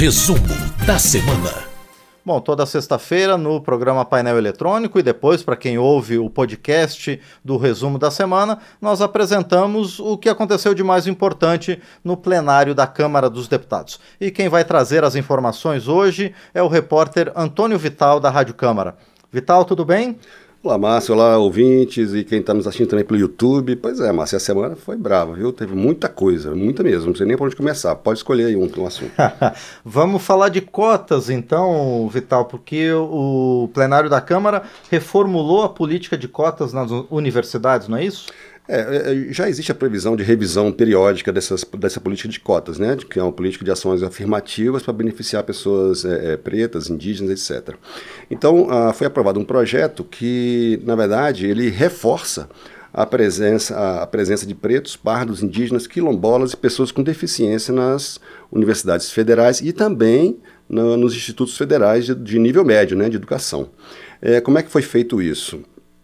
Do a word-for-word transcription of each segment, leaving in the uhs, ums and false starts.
Resumo da semana. Bom, toda sexta-feira no programa Painel Eletrônico e depois, para quem ouve o podcast do Resumo da Semana, nós apresentamos o que aconteceu de mais importante no plenário da Câmara dos Deputados. E quem vai trazer as informações hoje é o repórter Antônio Vital, da Rádio Câmara. Vital, tudo bem? Olá, Márcio, olá, ouvintes e quem está nos assistindo também pelo YouTube. Pois é, Márcio, a semana foi brava, viu? Teve muita coisa, muita mesmo, não sei nem por onde começar. Pode escolher aí um, um assunto. Vamos falar de cotas, então, Vital, porque o plenário da Câmara reformulou a política de cotas nas universidades, não é isso? É, já existe a previsão de revisão periódica dessas, dessa política de cotas, né? Que é uma política de ações afirmativas para beneficiar pessoas é, pretas, indígenas, etcétera. Então, ah, foi aprovado um projeto que, na verdade, ele reforça a presença, a presença de pretos, pardos, indígenas, quilombolas e pessoas com deficiência nas universidades federais e também no, nos institutos federais de, de nível médio, né, de educação. É, como é que foi feito isso?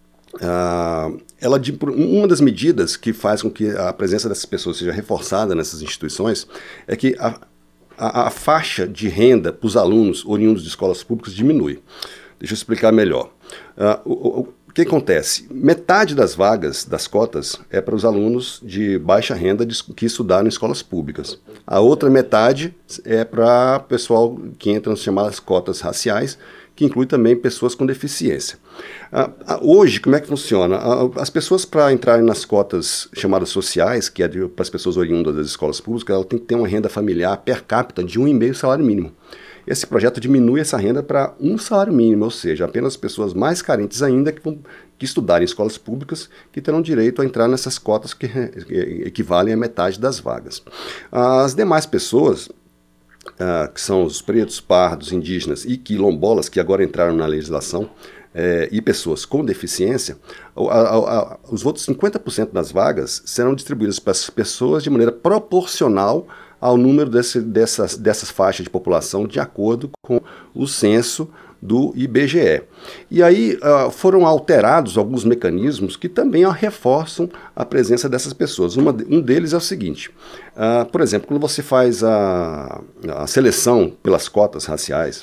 Ah, ela, uma das medidas que faz com que a presença dessas pessoas seja reforçada nessas instituições é que a, a, a faixa de renda para os alunos oriundos de escolas públicas diminui. Deixa eu explicar melhor. Ah, o, o, o que acontece? Metade das vagas, das cotas, é para os alunos de baixa renda de, que estudaram em escolas públicas. A outra metade é para o pessoal que entra nas chamadas cotas raciais, que inclui também pessoas com deficiência. Ah, hoje, como é que funciona? Ah, as pessoas, para entrarem nas cotas chamadas sociais, que é para as pessoas oriundas das escolas públicas, ela tem que ter uma renda familiar per capita de um vírgula cinco salário mínimo. Esse projeto diminui essa renda para um salário mínimo, ou seja, apenas pessoas mais carentes ainda que vão que estudarem em escolas públicas que terão direito a entrar nessas cotas que equivalem a metade das vagas. As demais pessoas, Uh, que são os pretos, pardos, indígenas e quilombolas, que agora entraram na legislação, eh, e pessoas com deficiência, a, a, a, os outros cinquenta por cento das vagas serão distribuídas para as pessoas de maneira proporcional ao número desse, dessas, dessas faixas de população, de acordo com o censo do I B G E. E aí uh, foram alterados alguns mecanismos que também uh, reforçam a presença dessas pessoas. Uma, um deles é o seguinte, uh, por exemplo, quando você faz a, a seleção pelas cotas raciais,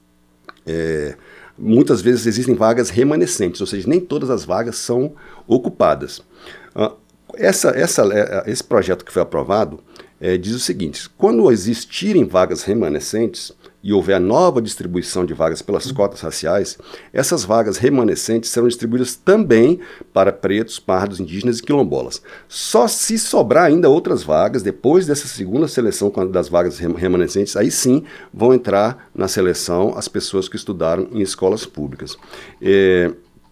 é, muitas vezes existem vagas remanescentes, ou seja, nem todas as vagas são ocupadas. Uh, essa, essa, esse projeto que foi aprovado é, diz o seguinte, quando existirem vagas remanescentes, e houver a nova distribuição de vagas pelas cotas raciais, essas vagas remanescentes serão distribuídas também para pretos, pardos, indígenas e quilombolas. Só se sobrar ainda outras vagas, depois dessa segunda seleção das vagas remanescentes, aí sim vão entrar na seleção as pessoas que estudaram em escolas públicas. É,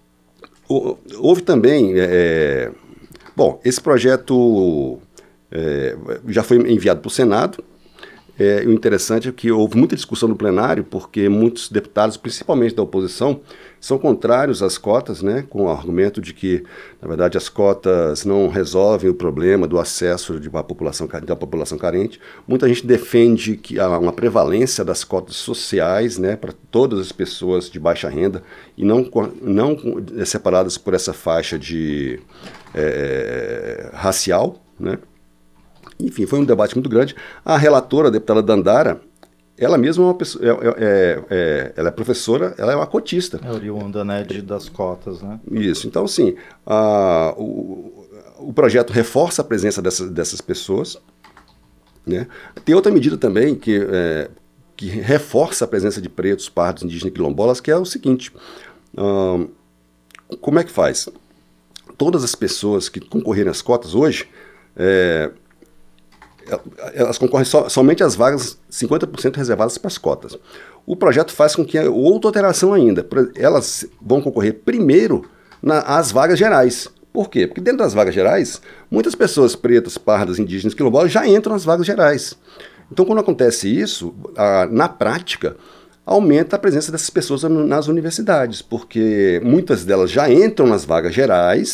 houve também... É, bom, esse projeto é, já foi enviado para o Senado. É, o interessante é que houve muita discussão no plenário, porque muitos deputados, principalmente da oposição, são contrários às cotas, né, com o argumento de que, na verdade, as cotas não resolvem o problema do acesso de uma população, da população carente. Muita gente defende que há uma prevalência das cotas sociais, né, para todas as pessoas de baixa renda e não, não separadas por essa faixa de é, racial, né. Enfim, foi um debate muito grande. A relatora, a deputada Dandara, ela mesma é uma pessoa, é, é, é, ela é professora, ela é uma cotista. É oriunda, né, de, das cotas, né? Isso. Então, sim, a, o, o projeto reforça a presença dessas, dessas pessoas, né? Tem outra medida também que, é, que reforça a presença de pretos, pardos, indígenas e quilombolas, que é o seguinte, hum, como é que faz? Todas as pessoas que concorrerem às cotas hoje, é, elas concorrem so, somente às vagas cinquenta por cento reservadas para as cotas. O projeto faz com que outra alteração ainda, elas vão concorrer primeiro na, às vagas gerais. Por quê? Porque dentro das vagas gerais, muitas pessoas pretas, pardas, indígenas, quilombolas já entram nas vagas gerais. Então, quando acontece isso, a, na prática, aumenta a presença dessas pessoas nas universidades, porque muitas delas já entram nas vagas gerais,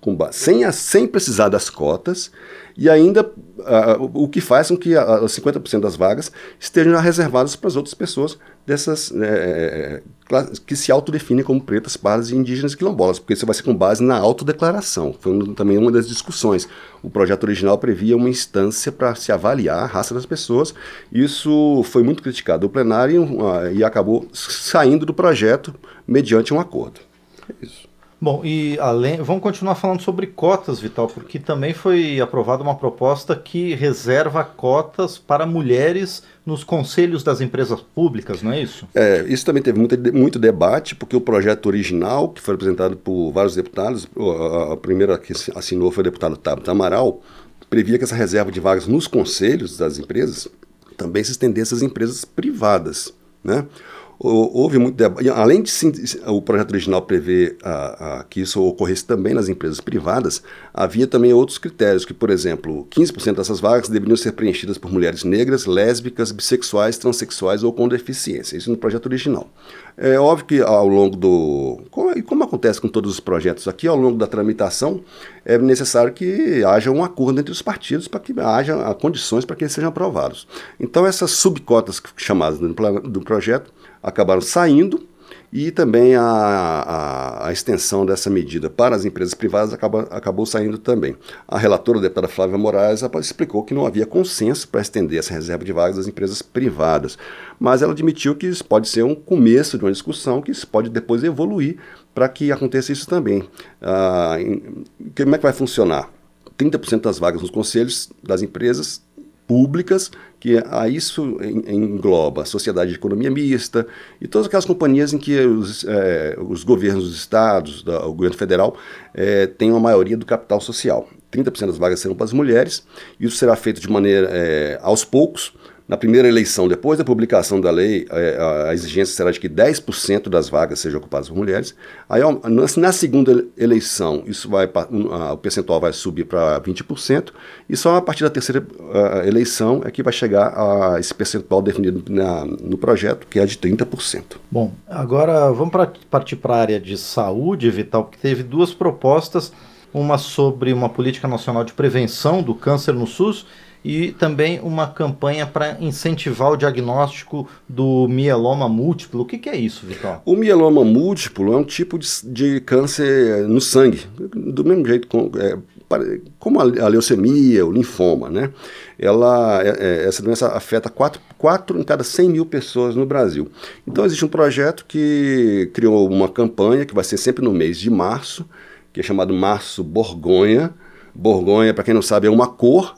com base, sem, a, sem precisar das cotas, e ainda uh, o que faz com que uh, cinquenta por cento das vagas estejam reservadas para as outras pessoas dessas é, que se autodefinem como pretas, pardas, indígenas e quilombolas, porque isso vai ser com base na autodeclaração. Foi um, também uma das discussões. O projeto original previa uma instância para se avaliar a raça das pessoas. Isso foi muito criticado no plenário uh, e acabou saindo do projeto mediante um acordo. É isso. Bom, e além, vamos continuar falando sobre cotas, Vital, porque também foi aprovada uma proposta que reserva cotas para mulheres nos conselhos das empresas públicas, não é isso? É, isso também teve muito, muito debate, porque o projeto original, que foi apresentado por vários deputados, a, a primeira que assinou foi o deputado Tabata Amaral, previa que essa reserva de vagas nos conselhos das empresas também se estendesse às empresas privadas, né? Houve muito debate. Além de sim, o projeto original prever a, a, que isso ocorresse também nas empresas privadas, havia também outros critérios, que, por exemplo, quinze por cento dessas vagas deveriam ser preenchidas por mulheres negras, lésbicas, bissexuais, transexuais ou com deficiência. Isso no projeto original. É óbvio que ao longo do... Como, como acontece com todos os projetos aqui, ao longo da tramitação, é necessário que haja um acordo entre os partidos para que haja condições para que eles sejam aprovados. Então, essas subcotas chamadas do, do projeto acabaram saindo, e também a, a, a extensão dessa medida para as empresas privadas acaba, acabou saindo também. A relatora, a deputada Flávia Moraes, explicou que não havia consenso para estender essa reserva de vagas às empresas privadas, mas ela admitiu que isso pode ser um começo de uma discussão, que isso pode depois evoluir para que aconteça isso também. Ah, em, como é que vai funcionar? trinta por cento das vagas nos conselhos das empresas públicas, que a isso engloba a sociedade de economia mista e todas aquelas companhias em que os, é, os governos dos estados, da, o governo federal, é, têm uma maioria do capital social. trinta por cento das vagas serão para as mulheres, isso será feito de maneira é, aos poucos. Na primeira eleição, depois da publicação da lei, a exigência será de que dez por cento das vagas sejam ocupadas por mulheres. Aí, na segunda eleição, isso vai, o percentual vai subir para vinte por cento, e só a partir da terceira eleição é que vai chegar a esse percentual definido na, no projeto, que é de trinta por cento. Bom, agora vamos pra, partir para a área de saúde, Vital, porque teve duas propostas, uma sobre uma política nacional de prevenção do câncer no SUS, e também uma campanha para incentivar o diagnóstico do mieloma múltiplo. O que, que é isso, Vital? O mieloma múltiplo é um tipo de, de câncer no sangue, do mesmo jeito com, é, como a leucemia, o linfoma, né? Ela, é, essa doença afeta quatro em cada cem mil pessoas no Brasil. Então existe um projeto que criou uma campanha que vai ser sempre no mês de março, que é chamado Março Borgonha. Borgonha, para quem não sabe, é uma cor,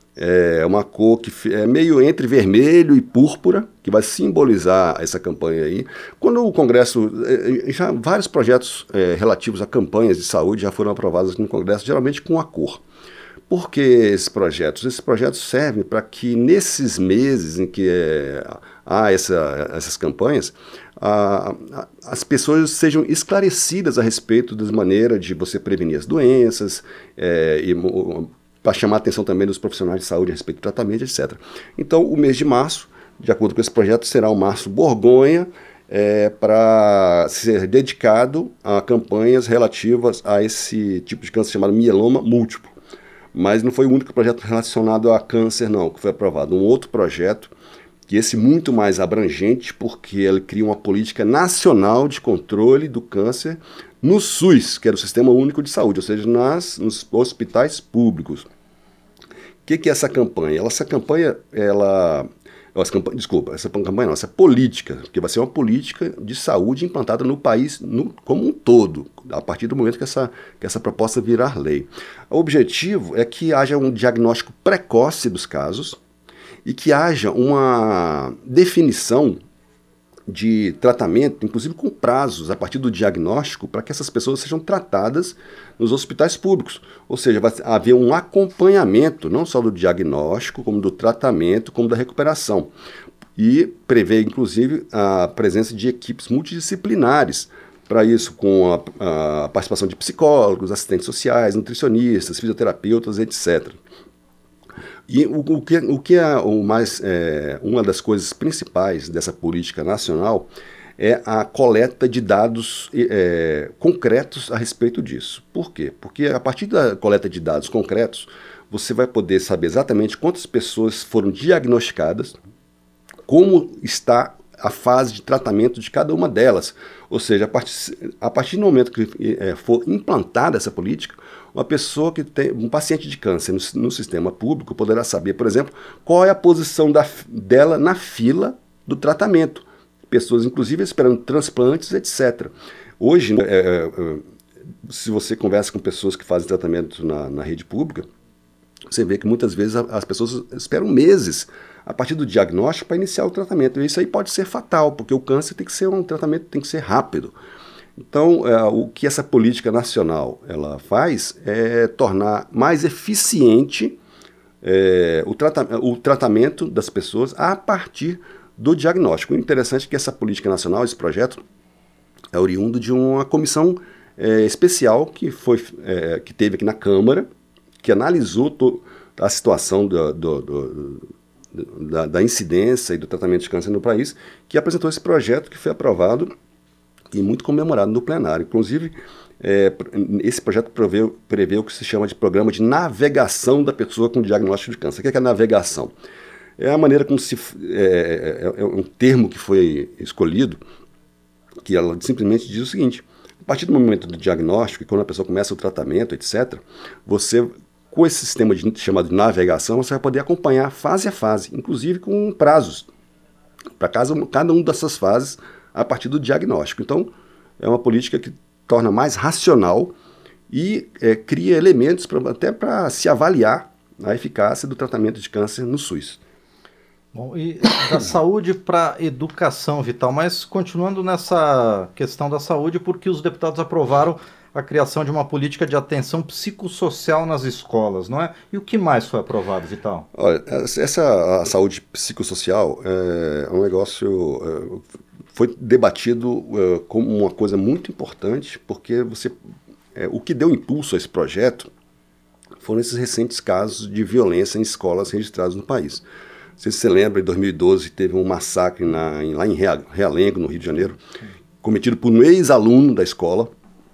é uma cor que é meio entre vermelho e púrpura, que vai simbolizar essa campanha aí. Quando o Congresso, já vários projetos é, relativos a campanhas de saúde já foram aprovados no Congresso, geralmente com a cor. Por que esses projetos? Esses projetos servem para que nesses meses em que é, há essa, essas campanhas, a, a, as pessoas sejam esclarecidas a respeito das maneiras de você prevenir as doenças, é, e para chamar a atenção também dos profissionais de saúde a respeito do tratamento, etcétera. Então, o mês de março, de acordo com esse projeto, será o Março Borgonha, é, para ser dedicado a campanhas relativas a esse tipo de câncer chamado mieloma múltiplo. Mas não foi o único projeto relacionado a câncer, não, que foi aprovado. Um outro projeto, que esse muito mais abrangente, porque ele cria uma política nacional de controle do câncer no SUS, que era o Sistema Único de Saúde, ou seja, nas, nos hospitais públicos. O que, que é essa campanha? Essa campanha, ela... Essa campanha, desculpa, essa campanha não, essa política, que vai ser uma política de saúde implantada no país no, como um todo, a partir do momento que essa, que essa proposta virar lei. O objetivo é que haja um diagnóstico precoce dos casos e que haja uma definição de tratamento, inclusive com prazos a partir do diagnóstico, para que essas pessoas sejam tratadas nos hospitais públicos. Ou seja, vai haver um acompanhamento, não só do diagnóstico, como do tratamento, como da recuperação. E prevê, inclusive, a presença de equipes multidisciplinares, para isso, com a, a participação de psicólogos, assistentes sociais, nutricionistas, fisioterapeutas, etcétera. E o, o, que, o que é o mais, é, uma das coisas principais dessa política nacional é a coleta de dados é, concretos a respeito disso. Por quê? Porque a partir da coleta de dados concretos, você vai poder saber exatamente quantas pessoas foram diagnosticadas, como está a fase de tratamento de cada uma delas. Ou seja, a partir, a partir do momento que é, for implantada essa política, uma pessoa que tem um paciente de câncer no, no sistema público poderá saber, por exemplo, qual é a posição da, dela na fila do tratamento. Pessoas, inclusive, esperando transplantes, etcétera. Hoje, é, é, se você conversa com pessoas que fazem tratamento na, na rede pública, você vê que muitas vezes as pessoas esperam meses a partir do diagnóstico para iniciar o tratamento. E isso aí pode ser fatal, porque o câncer tem que ser um tratamento tem que ser rápido. Então, é, o que essa política nacional ela faz é tornar mais eficiente é, o, trata o tratamento das pessoas a partir do diagnóstico. O interessante é que essa política nacional, esse projeto, é oriundo de uma comissão é, especial que, foi, é, que teve aqui na Câmara, que analisou a situação do, do, do, da, da incidência e do tratamento de câncer no país, que apresentou esse projeto que foi aprovado e muito comemorado no plenário. Inclusive, é, esse projeto prevê, prevê o que se chama de programa de navegação da pessoa com diagnóstico de câncer. O que é a navegação? É a maneira como se... É, é, é um termo que foi escolhido, que ela simplesmente diz o seguinte: a partir do momento do diagnóstico, e quando a pessoa começa o tratamento, etcétera, você, com esse sistema de, chamado de navegação, você vai poder acompanhar fase a fase, inclusive com prazos, para cada uma dessas fases, a partir do diagnóstico. Então, é uma política que torna mais racional e é, cria elementos pra, até para se avaliar a eficácia do tratamento de câncer no SUS. Bom, e da saúde para educação, Vital, mas continuando nessa questão da saúde, porque os deputados aprovaram a criação de uma política de atenção psicossocial nas escolas, não é? E o que mais foi aprovado, Vital? Olha, essa a saúde psicossocial é um negócio... É, foi debatido uh, como uma coisa muito importante, porque você, é, o que deu impulso a esse projeto foram esses recentes casos de violência em escolas registrados no país. Não sei se você lembra, em dois mil e doze teve um massacre na, em, lá em Realengo, no Rio de Janeiro, cometido por um ex-aluno da escola.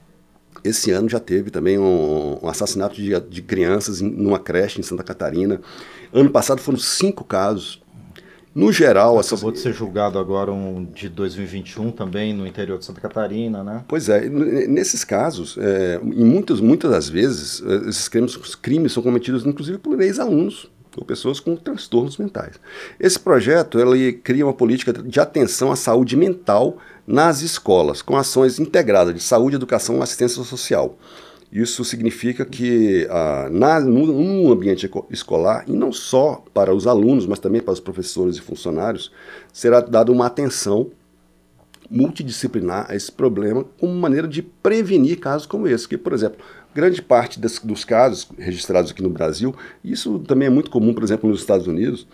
Esse ano já teve também um, um assassinato de, de crianças em numa creche em Santa Catarina. Ano passado foram cinco casos. No geral... Acabou essa... de ser julgado agora um de dois mil e vinte e um também no interior de Santa Catarina, né? Pois é, nesses casos, é, em muitas, muitas das vezes, esses crimes, os crimes são cometidos inclusive por ex-alunos ou pessoas com transtornos mentais. Esse projeto ele cria uma política de atenção à saúde mental nas escolas, com ações integradas de saúde, educação e assistência social. Isso significa que ah, na, no, no ambiente escolar, e não só para os alunos, mas também para os professores e funcionários, será dada uma atenção multidisciplinar a esse problema como maneira de prevenir casos como esse. Que, por exemplo, grande parte des, dos casos registrados aqui no Brasil, isso também é muito comum, por exemplo, nos Estados Unidos,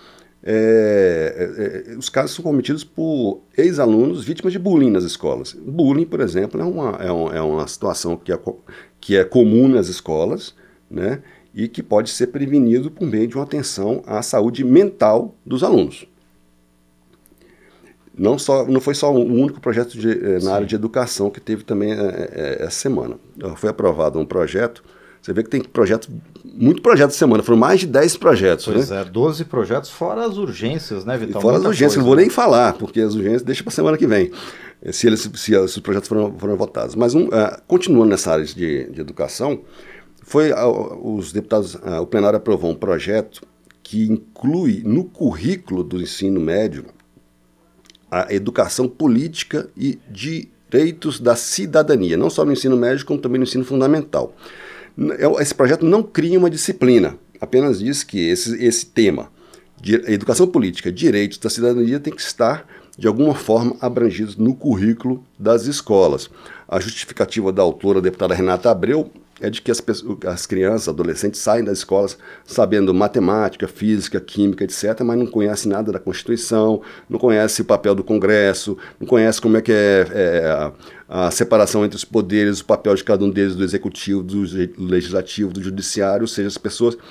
é, é, os casos são cometidos por ex-alunos vítimas de bullying nas escolas. Bullying, por exemplo, é uma, é uma, é uma situação que é, que é comum nas escolas, né, e que pode ser prevenido por meio de uma atenção à saúde mental dos alunos. Não, só, não foi só o único projeto de, na Sim. área de educação que teve também é, é, essa semana. Foi aprovado um projeto. Você vê que tem projeto, muito projeto essa semana, foram mais de dez projetos. Pois né? é, doze projetos, fora as urgências, né, Vital? E fora Muita as urgências, coisa, não vou né? nem falar, porque as urgências deixa para a semana que vem, se, eles, se, se os projetos foram, foram votados. Mas, um, uh, continuando nessa área de, de educação, foi, uh, os deputados, uh, o plenário aprovou um projeto que inclui no currículo do ensino médio a educação política e direitos da cidadania, não só no ensino médio, como também no ensino fundamental. Esse projeto não cria uma disciplina, apenas diz que esse, esse tema, de educação política, direitos da cidadania, tem que estar, de alguma forma, abrangido no currículo das escolas. A justificativa da autora, a deputada Renata Abreu, é de que as, pessoas, as crianças, adolescentes saem das escolas sabendo matemática, física, química, etcétera, mas não conhecem nada da Constituição, não conhecem o papel do Congresso, não conhecem como é que é, é a, a separação entre os poderes, o papel de cada um deles, do Executivo, do Legislativo, do Judiciário, ou seja, as pessoas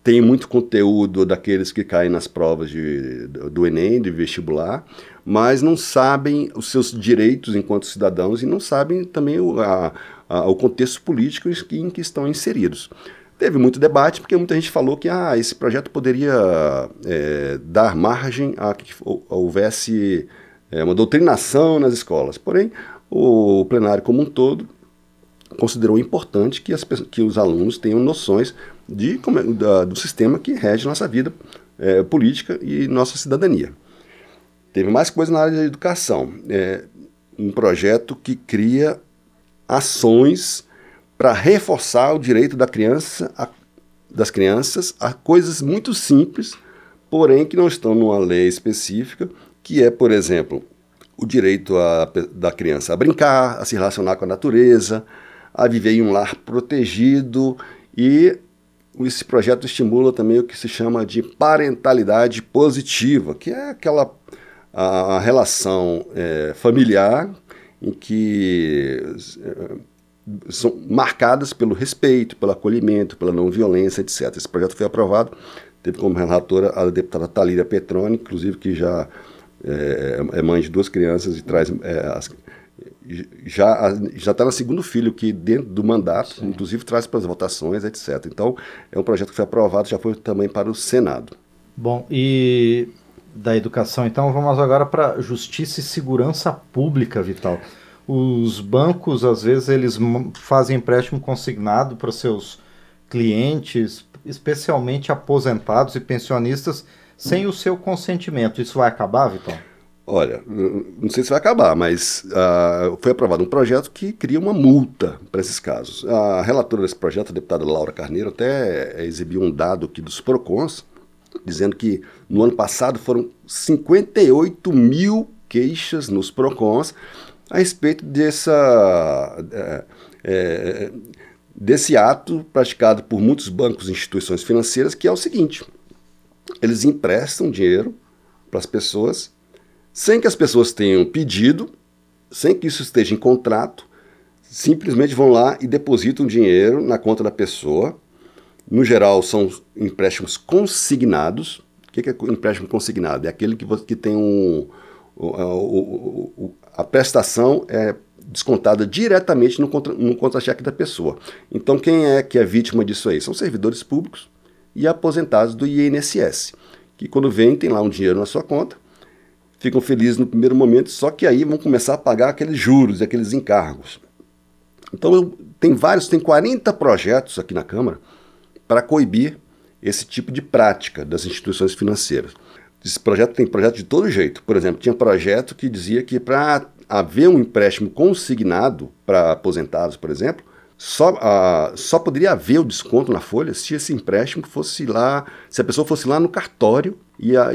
tem muito conteúdo daqueles que caem nas provas de, do Enem, de vestibular, mas não sabem os seus direitos enquanto cidadãos e não sabem também o, a, a, o contexto político em que, em que estão inseridos. Teve muito debate, porque muita gente falou que ah, esse projeto poderia é, dar margem a que houvesse é, uma doutrinação nas escolas. Porém, o plenário como um todo considerou importante que, as, que os alunos tenham noções de, como, da, do sistema que rege nossa vida é, política e nossa cidadania. Teve mais coisa na área da educação. É, um projeto que cria ações para reforçar o direito da criança, a, das crianças a coisas muito simples, porém que não estão numa lei específica, que é, por exemplo, o direito a, da criança a brincar, a se relacionar com a natureza, a viver em um lar protegido, e esse projeto estimula também o que se chama de parentalidade positiva, que é aquela a, a relação é, familiar em que é, são marcadas pelo respeito, pelo acolhimento, pela não violência, etcétera. Esse projeto foi aprovado, teve como relatora a deputada Thalíria Petroni, inclusive que já é, é mãe de duas crianças e traz é, as, já já está no segundo filho que dentro do mandato, sim, inclusive traz para as votações, etcétera. Então é um projeto que foi aprovado, já foi também para o Senado. Bom, e da educação, então vamos agora para justiça e segurança pública, Vital. Os bancos, às vezes, eles fazem empréstimo consignado para seus clientes, especialmente aposentados e pensionistas, sem o seu consentimento. Isso vai acabar, Vital? Olha, não sei se vai acabar, mas uh, foi aprovado um projeto que cria uma multa para esses casos. A relatora desse projeto, a deputada Laura Carneiro, até exibiu um dado aqui dos PROCONs, dizendo que no ano passado foram cinquenta e oito mil queixas nos PROCONs a respeito dessa, é, é, desse ato praticado por muitos bancos e instituições financeiras, que é o seguinte: eles emprestam dinheiro para as pessoas sem que as pessoas tenham pedido, sem que isso esteja em contrato, simplesmente vão lá e depositam dinheiro na conta da pessoa. No geral, são empréstimos consignados. O que é empréstimo consignado? É aquele que, que tem um... O, o, o, a prestação é descontada diretamente no, contra, no contra-cheque da pessoa. Então, quem é que é vítima disso aí? São servidores públicos e aposentados do I N S S, que quando vem, tem lá um dinheiro na sua conta, ficam felizes no primeiro momento, só que aí vão começar a pagar aqueles juros, aqueles encargos. Então, eu, tem vários, tem quarenta projetos aqui na Câmara para coibir esse tipo de prática das instituições financeiras. Esse projeto tem projeto de todo jeito. Por exemplo, tinha projeto que dizia que para haver um empréstimo consignado para aposentados, por exemplo, só, uh, só poderia haver o desconto na folha se esse empréstimo fosse lá, se a pessoa fosse lá no cartório e, e,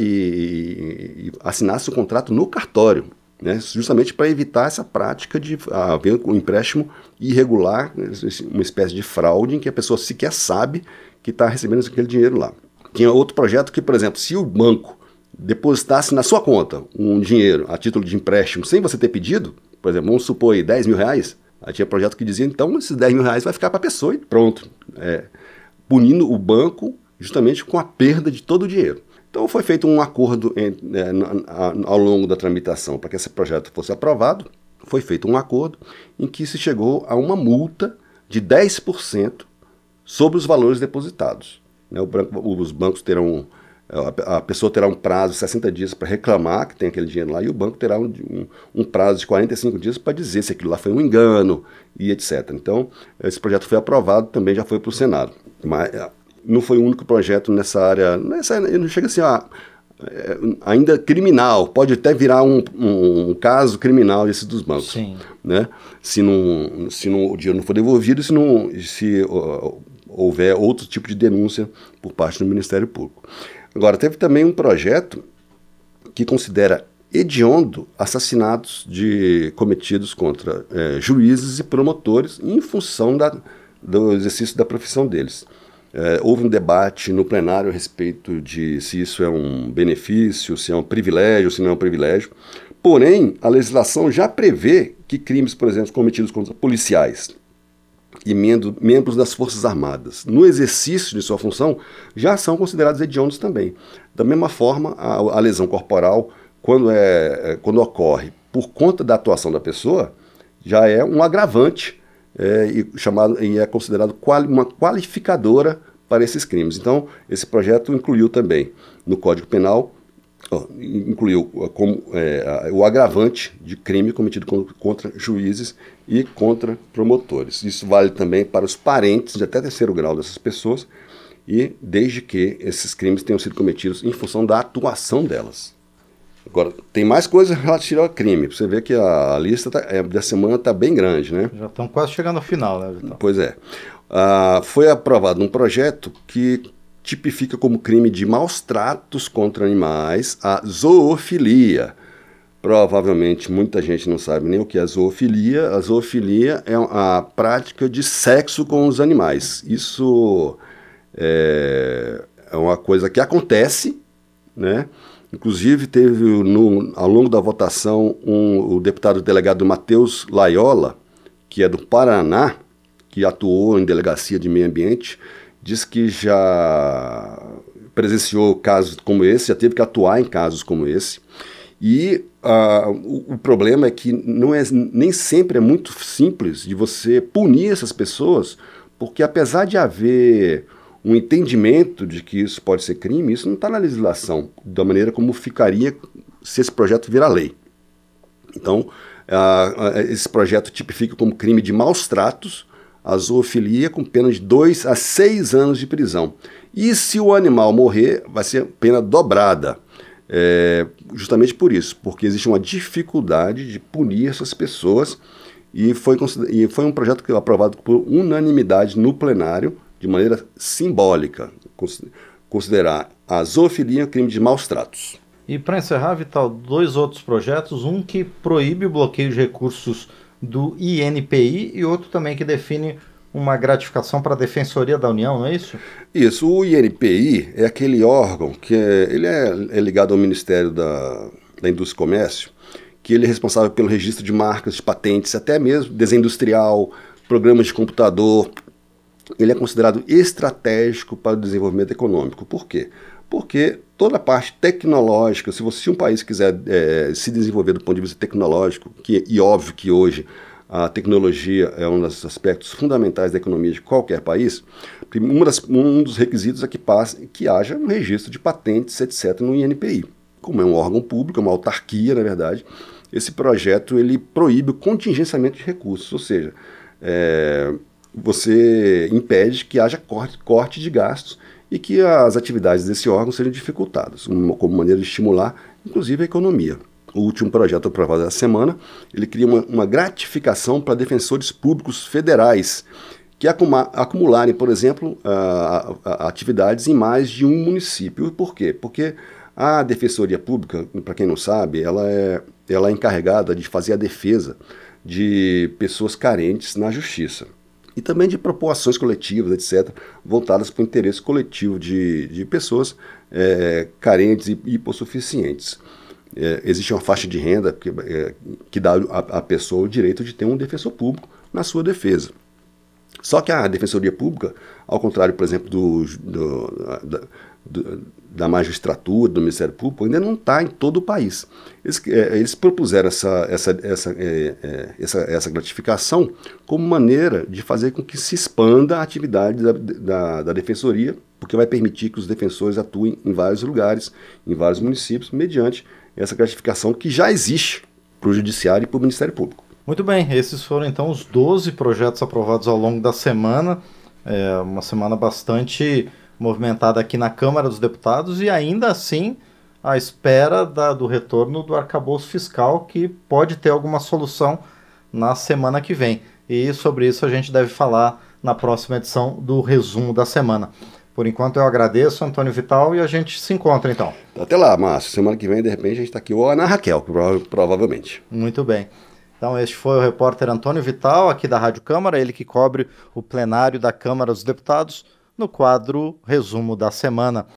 e assinasse o contrato no cartório, né? Justamente para evitar essa prática de haver um empréstimo irregular, uma espécie de fraude em que a pessoa sequer sabe que está recebendo aquele dinheiro lá. Tinha outro projeto que, por exemplo, se o banco depositasse na sua conta um dinheiro a título de empréstimo sem você ter pedido, por exemplo, vamos supor aí dez mil reais, aí tinha projeto que dizia, então esses dez mil reais vai ficar para a pessoa e pronto, é, punindo o banco justamente com a perda de todo o dinheiro. Então foi feito um acordo em, é, ao longo da tramitação para que esse projeto fosse aprovado, foi feito um acordo em que se chegou a uma multa de dez por cento sobre os valores depositados. Né, o branco, os bancos terão A pessoa terá um prazo de sessenta dias para reclamar que tem aquele dinheiro lá e o banco terá um, um, um prazo de quarenta e cinco dias para dizer se aquilo lá foi um engano e etcétera. Então, esse projeto foi aprovado, também já foi para o Senado. Mas não foi o único projeto nessa área, nessa, não chega a ser ah, é, ainda criminal, pode até virar um, um, um caso criminal esse dos bancos. Sim. Né? Se, não, se não, o dinheiro não for devolvido, se, não, se uh, houver outro tipo de denúncia por parte do Ministério Público. Agora, teve também um projeto que considera hediondo assassinatos de, cometidos contra é, juízes e promotores em função da, do exercício da profissão deles. É, houve um debate no plenário a respeito de se isso é um benefício, se é um privilégio, se não é um privilégio. Porém, a legislação já prevê que crimes, por exemplo, cometidos contra policiais, e membros das Forças Armadas, no exercício de sua função, já são considerados hediondos também. Da mesma forma, a, a lesão corporal, quando, é, quando ocorre por conta da atuação da pessoa, já é um agravante é, e, chamado, e é considerado quali, uma qualificadora para esses crimes. Então, esse projeto incluiu também no Código Penal, ó, incluiu como, é, o agravante de crime cometido contra juízes e contra promotores. Isso vale também para os parentes de até terceiro grau dessas pessoas, e desde que esses crimes tenham sido cometidos em função da atuação delas. Agora, tem mais coisas relativas ao crime. Você vê que a lista tá, é, da semana está bem grande, né? Já estão quase chegando ao final, né, Vital? Pois é. Ah, foi aprovado um projeto que tipifica como crime de maus tratos contra animais a zoofilia. Provavelmente muita gente não sabe nem o que é zoofilia. A zoofilia é a prática de sexo com os animais. Isso é, é uma coisa que acontece, né? Inclusive teve no, ao longo da votação um, o deputado delegado Matheus Laiola, que é do Paraná, que atuou em delegacia de meio ambiente, diz que já presenciou casos como esse, já teve que atuar em casos como esse. E uh, o, o problema é que não é, nem sempre é muito simples de você punir essas pessoas, porque apesar de haver um entendimento de que isso pode ser crime, isso não está na legislação, da maneira como ficaria se esse projeto virar lei. Então, uh, uh, esse projeto tipifica como crime de maus tratos a zoofilia com pena de dois a seis anos de prisão. E se o animal morrer, vai ser pena dobrada. É, justamente por isso, porque existe uma dificuldade de punir essas pessoas, e foi, e foi um projeto que foi aprovado por unanimidade no plenário, de maneira simbólica, considerar a zoofilia um crime de maus tratos. E para encerrar, Vital, dois outros projetos, um que proíbe o bloqueio de recursos do I N P I e outro também que define uma gratificação para a Defensoria da União, não é isso? Isso, o I N P I é aquele órgão que é, ele é, é ligado ao Ministério da, da Indústria e Comércio, que ele é responsável pelo registro de marcas, de patentes, até mesmo desenho industrial, programas de computador. Ele é considerado estratégico para o desenvolvimento econômico. Por quê? Porque toda a parte tecnológica, se você se um país quiser é, se desenvolver do ponto de vista tecnológico, que, e óbvio que hoje a tecnologia é um dos aspectos fundamentais da economia de qualquer país, uma das, um dos requisitos é que, passe, que haja um registro de patentes, etcétera, no I N P I. Como é um órgão público, é uma autarquia, na verdade, esse projeto ele proíbe o contingenciamento de recursos, ou seja, é, você impede que haja corte, corte de gastos e que as atividades desse órgão sejam dificultadas, uma, como maneira de estimular, inclusive, a economia. O último projeto aprovado essa semana, ele cria uma, uma gratificação para defensores públicos federais que acuma, acumularem, por exemplo, a, a, a atividades em mais de um município. Por quê? Porque a Defensoria Pública, para quem não sabe, ela é, ela é encarregada de fazer a defesa de pessoas carentes na justiça. E também de propor ações coletivas, etcétera, voltadas para o interesse coletivo de, de pessoas é, carentes e hipossuficientes. É, existe uma faixa de renda que, é, que dá à pessoa o direito de ter um defensor público na sua defesa. Só que a Defensoria Pública, ao contrário, por exemplo, do, do, da, do, da magistratura, do Ministério Público, ainda não está em todo o país. Eles, é, eles propuseram essa, essa, essa, é, é, essa, essa gratificação como maneira de fazer com que se expanda a atividade da, da, da Defensoria, porque vai permitir que os defensores atuem em vários lugares, em vários municípios, mediante essa gratificação que já existe para o Judiciário e para o Ministério Público. Muito bem, esses foram então os doze projetos aprovados ao longo da semana, é uma semana bastante movimentada aqui na Câmara dos Deputados e ainda assim à espera da, do retorno do arcabouço fiscal, que pode ter alguma solução na semana que vem. E sobre isso a gente deve falar na próxima edição do Resumo da Semana. Por enquanto eu agradeço, Antônio Vital, e a gente se encontra então. Até lá, Márcio. Semana que vem, de repente, a gente está aqui, ou a Ana Raquel, prova- provavelmente. Muito bem. Então este foi o repórter Antônio Vital, aqui da Rádio Câmara, ele que cobre o plenário da Câmara dos Deputados, no quadro Resumo da Semana.